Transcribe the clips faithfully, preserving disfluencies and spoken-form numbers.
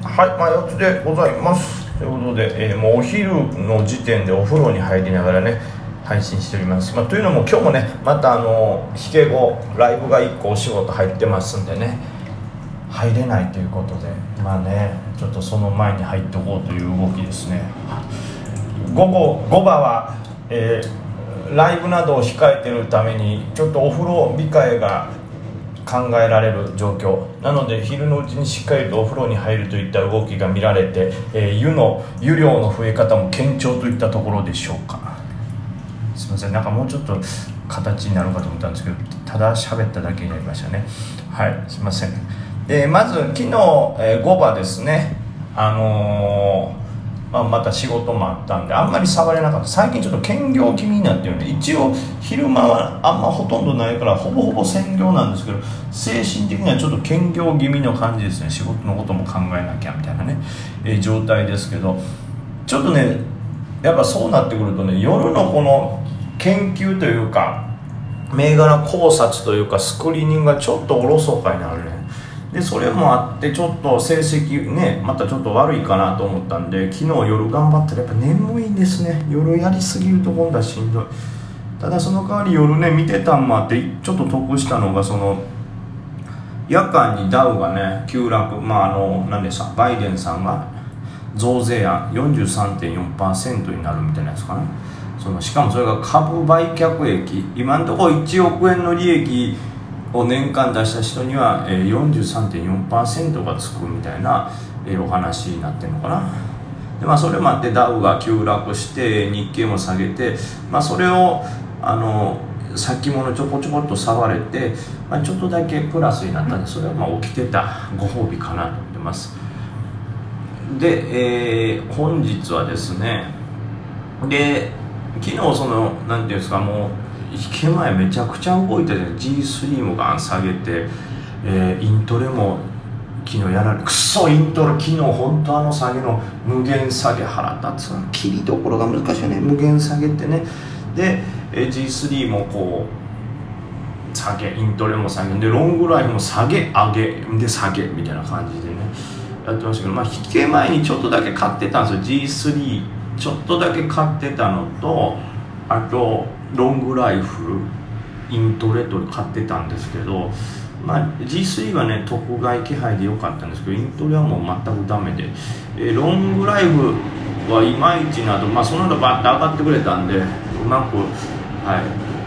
はい、まあ、よっつでございますということで、えー、もうお昼の時点でお風呂に入りながらね配信しております、まあ、というのも今日もねまたあの引け後ライブがいっこお仕事入ってますんでね入れないということでまあねちょっとその前に入っておこうという動きですね。午後ごばは、えー、ライブなどを控えているためにちょっとお風呂控えが考えられる状況なので昼のうちにしっかりとお風呂に入るといった動きが見られて、えー、湯の湯量の増え方も堅調といったところでしょうか。すいません、なんかもうちょっと形になるかと思ったんですけどただ喋っただけになりましたね。はいすいません。でまず昨日、えー、ごばですねあのーまあ、また仕事もあったんであんまり触れなかった。最近ちょっと兼業気味になってるんで一応昼間はあんまほとんどないからほぼほぼ専業なんですけど精神的にはちょっと兼業気味の感じですね。仕事のことも考えなきゃみたいなね、えー、状態ですけどちょっとねやっぱそうなってくるとね夜のこの研究というか銘柄考察というかスクリーニングがちょっとおろそかになるね。でそれもあってちょっと成績ねまたちょっと悪いかなと思ったんで昨日夜頑張ったらやっぱ眠いんですね。夜やりすぎると今度はしんどい。ただその代わり夜ね見てたんもあってちょっと得したのがその夜間にダウがね急落まああの何でしたバイデンさんが増税案 よんじゅうさんてんよんパーセント になるみたいなやつかな。そのしかもそれが株売却益今のところいちおくえんの利益を年間出した人には よんじゅうさんてんよんパーセント がつくみたいなお話になってるのかな。で、まあ、それもあってダウが急落して日経も下げて、まあ、それをあの先物ちょこちょこっと触れて、まあ、ちょっとだけプラスになったんでそれはまあ起きてたご褒美かなと思ってます。で、えー、本日はですねで昨日そのなんていうんですかもう引け前めちゃくちゃ動いてて ジースリー もガン下げて、えー、イントレも昨日やられくっそイントレ昨日本当あの下げの無限下げ腹立つ切りどころが難しいよね。無限下げってねで、えー、ジースリー もこう下げイントレも下げでロングライフも下げ上げで下げみたいな感じでねやってましたけど、まあ、引け前にちょっとだけ買ってたんですよ。 ジースリー ちょっとだけ買ってたのとあとロングライフイントレと買ってたんですけど、まあ、ジースリー はね特買気配で良かったんですけどイントレはもう全くダメで、えー、ロングライフはいまいちなど、まあ、その後バッと上がってくれたんでうまく、はい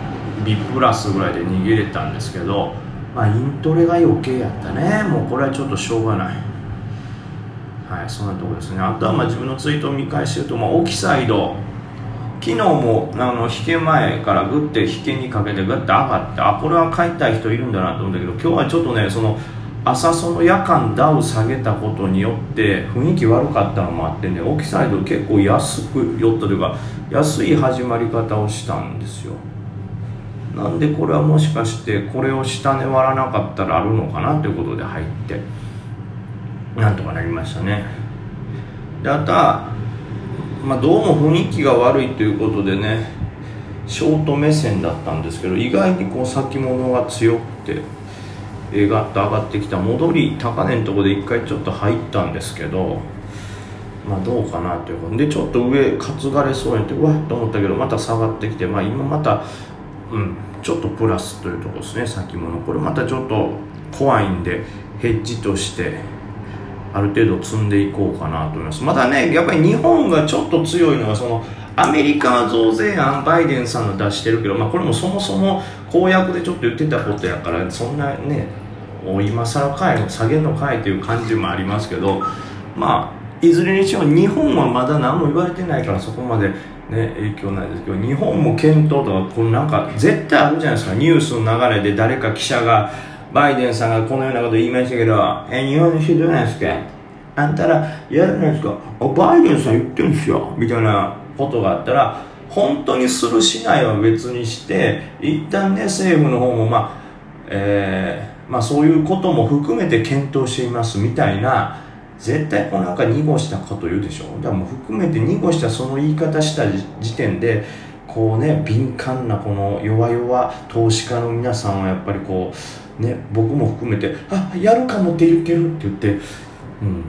、B プラスぐらいで逃げれたんですけど、まあ、イントレが余計やったね。もうこれはちょっとしょうがない。はい、そんなところですね。あとはまあ自分のツイートを見返してると、まあ、オキサイド昨日もあの引け前からグッて引けにかけてグッて上がってあこれは買いたい人いるんだなと思ったけど今日はちょっとねその朝その夜間ダウ下げたことによって雰囲気悪かったのもあってねオキサイド結構安く寄ったというか安い始まり方をしたんですよ。なんでこれはもしかしてこれを下値割らなかったらあるのかなということで入ってなんとかなりましたね。であとはまあ、どうも雰囲気が悪いということでねショート目線だったんですけど意外にこう先物が強くてえガッと上がってきた戻り高値のところで一回ちょっと入ったんですけどまあどうかなということでちょっと上担がれそうになってうわっと思ったけどまた下がってきてまあ今またうんちょっとプラスというところですね。先物これまたちょっと怖いんでヘッジとしてある程度積んでいこうかなと思います。またねやっぱり日本がちょっと強いのがそのアメリカは増税案バイデンさんの出してるけど、まあ、これもそもそも公約でちょっと言ってたことやからそんなね今更かいの下げんのかいという感じもありますけどまあいずれにしろ日本はまだ何も言われてないからそこまでね影響ないですけど日本も検討とかこのなんか絶対あるじゃないですか。ニュースの流れで誰か記者がバイデンさんがこのようなこと言いましたけどえ日本の人どうなんですかあんたらやるんですかあバイデンさん言ってるんですよみたいなことがあったら本当にするしないは別にして一旦ね政府の方もまあ、えーまあ、そういうことも含めて検討していますみたいな絶対こうなんか濁したこと言うでしょ。だからもう含めて濁したその言い方した時点でこうね敏感なこの弱々投資家の皆さんはやっぱりこうね僕も含めてあやるかもって言ってるって言って、うん、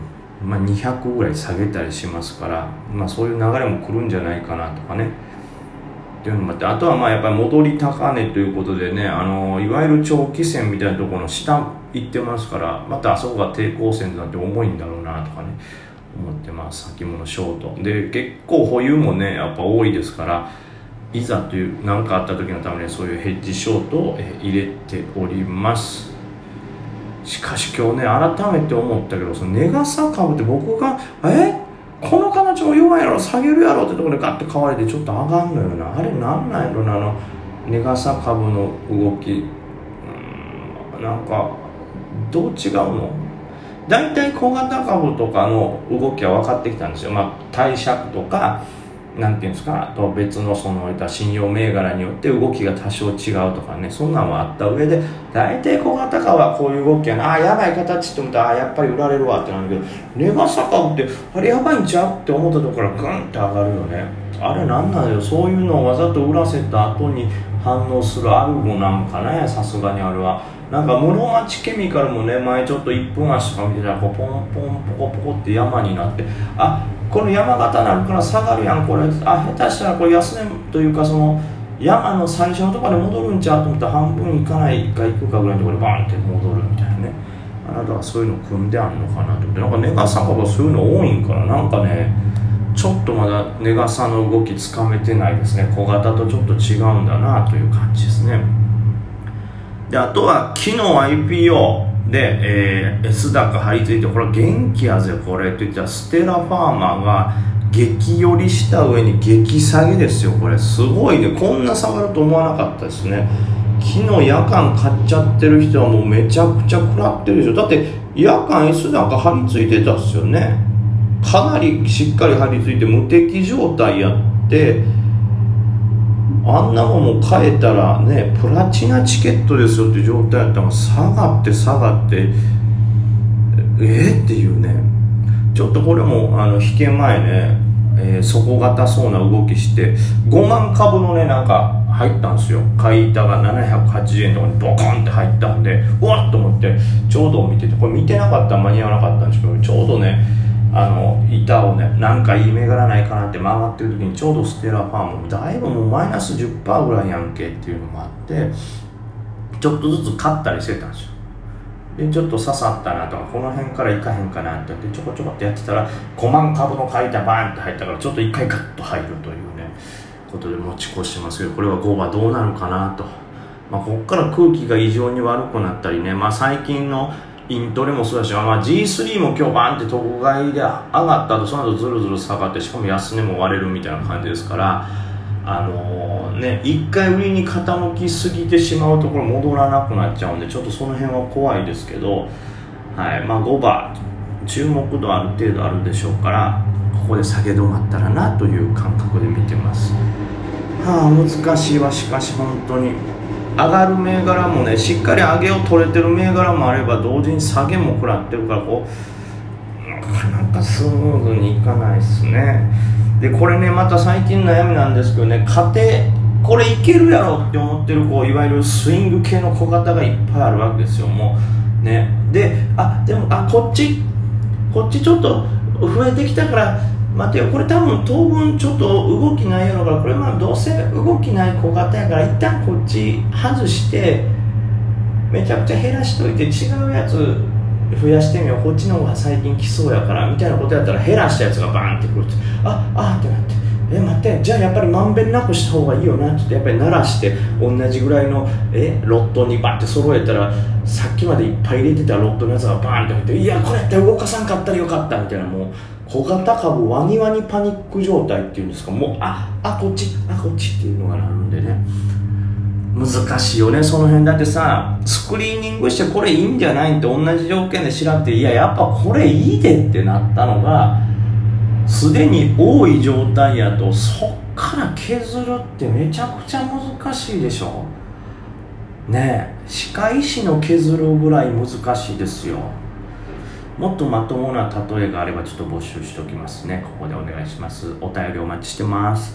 まあ、にひゃくぐらい下げたりしますから、まあ、そういう流れも来るんじゃないかなとかねっていうのもあって、あとはまあやっぱり戻り高値ということでね、あのいわゆる長期線みたいなところの下行ってますから、またあそこが抵抗線になって重いんだろうなとかね思ってます。先物ショートで結構保有もねやっぱ多いですから、いざという何かあった時のためにそういうヘッジショートを入れております。しかし今日ね改めて思ったけど、その値傘株って僕がえこの形も弱いやろ下げるやろってところでガッと買われてちょっと上がんのよな。あれなんなんやろな、あの値傘株の動き、うーんなんかどう違うの。だいたい小型株とかの動きは分かってきたんですよ。まあ貸借とかなんていうんですか、あと別のそのいった信用銘柄によって動きが多少違うとかね、そんなのはあった上で、大体小型株はこういう動きやな、あやばい形って思ったらあやっぱり売られるわってなるけど、値傘株ってあれやばいんちゃうって思ったところからグンって上がるよね。あれなんなんよ、そういうのをわざと売らせた後に反応するアルゴなんかね、さすがにあれは。なんか室町ケミカルもね、前ちょっといっぷん足とか見てたらこうポンポンポコポコって山になって、あこの山形になるから下がるやんこれ、あ下手したらこれ安値というかその山の最初のところで戻るんちゃうと思ったら半分いかないかいくかぐらいのところでバーンって戻るみたいなね。あなたはそういうの組んであんのかなと思って、なんか値傘株はそういうの多いんからなんかねちょっとまだ値傘の動きつかめてないですね。小型とちょっと違うんだなという感じですね。であとは昨日 アイピーオー で、えー、S 高張り付いて、これ元気やぜこれって言ったらステラファーマーが激寄りした上に激下げですよ。これすごいね、こんな下がると思わなかったですね。昨日夜間買っちゃってる人はもうめちゃくちゃ食らってるでしょ。だって夜間 S 高張り付いてたっすよね。かなりしっかり張り付いて無敵状態やって、あんなもんも買えたらねプラチナチケットですよっていう状態やったら下がって下がってえー、っていうね。ちょっとこれもあの引け前ね、えー、底堅そうな動きしてごまん株のねなんか入ったんですよ。買い板がななひゃくはちじゅうえんとかにドコンって入ったんで、うわっと思ってちょうど見てて、これ見てなかったら間に合わなかったんですけど、ちょうどねあの板をねなんかいい銘柄ないかなって回ってる時にちょうどステラファームだいぶもうマイナス じゅっパーセント ぐらいやんけっていうのもあって、ちょっとずつ買ったりしてたんですよ。でちょっと刺さったなとかこの辺からいかへんかなってやってちょこちょこってやってたらごまん株の買い板バーンって入ったから、ちょっと一回ガッと入るというねことで持ち越しますけど、これはごばどうなるかなと。まあ、ここから空気が異常に悪くなったりね、まあ、最近のイントレもそうだし、まあ、ジースリー も今日バーンって特買いで上がった後その後ずるずる下がって、しかも安値も割れるみたいな感じですから、あのー、ね一回売りに傾きすぎてしまうところ戻らなくなっちゃうんで、ちょっとその辺は怖いですけど、はい、まあごば注目度ある程度あるでしょうから、ここで下げ止まったらなという感覚で見てます。はあ難しいわ。しかし本当に上がる銘柄もねしっかり上げを取れてる銘柄もあれば、同時に下げも食らってるから、こうなかなかスムーズにいかないですね。でこれねまた最近悩みなんですけどね、家庭これいけるやろって思ってるこういわゆるスイング系の小型がいっぱいあるわけですよ。もうねであでもあこっちこっちちょっと増えてきたから待てよ、これ多分当分ちょっと動きないやろから、これまあどうせ動きない小型やから一旦こっち外してめちゃくちゃ減らしといて違うやつ増やしてみよう、こっちの方が最近来そうやからみたいなことやったら、減らしたやつがバーンってくるって、ああってなって、え待ってじゃあやっぱりまんべんなくした方がいいよなってやっぱり鳴らして同じぐらいのえロットにバッて揃えたら、さっきまでいっぱい入れてたロットのやつがバーンって入って、いやこれやったら動かさんかったらよかったみたいな、もう小型株ワニワニパニック状態っていうんですか、もうああこっちあこっちっていうのがなるんでね、難しいよねその辺。だってさスクリーニングしてこれいいんじゃないって同じ条件で調べて、いややっぱこれいいでってなったのがすでに多い状態やと、そっから削るってめちゃくちゃ難しいでしょねえ。歯科医師の削るぐらい難しいですよ。もっとまともな例えがあればちょっと募集しておきますね。ここでお願いします。お便りお待ちしてます。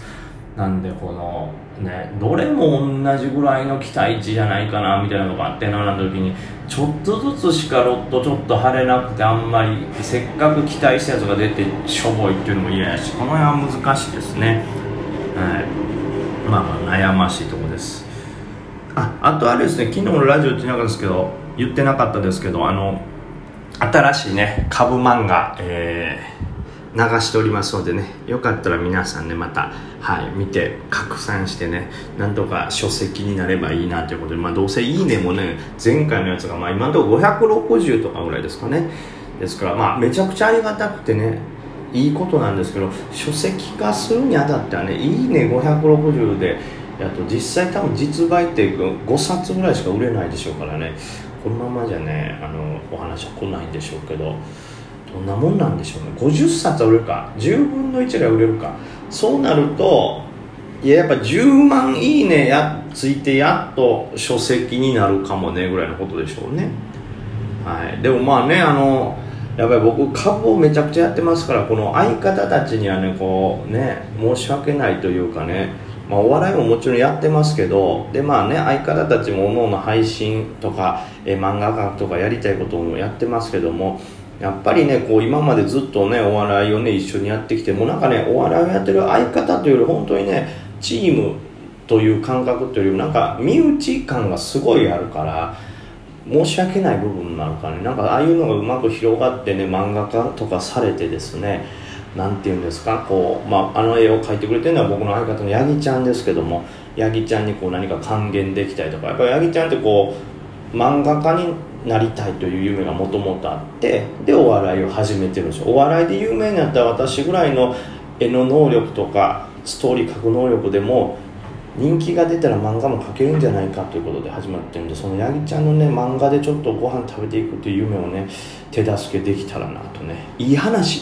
なんでこのねどれも同じぐらいの期待値じゃないかなみたいなのがあってなな時にちょっとずつしかロットちょっと晴れなくてあんまりせっかく期待したやつが出てしょぼいっていうのも嫌やしこの辺は難しいですね。はい、まあまあ悩ましいところです。ああとあれですね、昨日のラジオってなかったですけど言ってなかったですけどあの新しいね株漫画、えー、流しておりますのでね、よかったら皆さんねまた、はい、見て拡散してねなんとか書籍になればいいなということで、まあ、どうせいいねもね前回のやつが、まあ、今のところごひゃくろくじゅうとかぐらいですかね。ですからまあめちゃくちゃありがたくてねいいことなんですけど、書籍化するにあたってはねいいねごひゃくろくじゅうでやと実際多分実売ってごさつぐらいしか売れないでしょうからね、このままじゃねあのお話は来ないんでしょうけど、どんなもんなんでしょうね。ごじゅっさつは売れるかじゅうぶんのいちが売れるか、そうなるといややっぱじゅうまんいいねやついてやっと書籍になるかもねぐらいのことでしょうね。はい、でもまあねあのやっぱり僕株をめちゃくちゃやってますから、この相方たちにはねこうね申し訳ないというかね、まあ、お笑いももちろんやってますけど、でまあね相方たちも各々配信とかえ漫画家とかやりたいこともやってますけども、やっぱりねこう今までずっとねお笑いをね一緒にやってきてもなんかねお笑いをやってる相方というより本当にねチームという感覚というよりもなんか身内感がすごいあるから申し訳ない部分もあるからね、なんかああいうのがうまく広がってね漫画家とかされてですね、なんていうんですかこう、まあ、あの絵を描いてくれてるのは僕の相方のヤギちゃんですけども、ヤギちゃんにこう何か還元できたりとか、やっぱりヤギちゃんってこう漫画家になりたいという夢がもともとあってでお笑いを始めてるんですよ。お笑いで有名になったら私ぐらいの絵の能力とかストーリー描く能力でも人気が出たら漫画も描けるんじゃないかということで始まってるんで、そのヤギちゃんのね漫画でちょっとご飯食べていくという夢をね手助けできたらなとね、いい話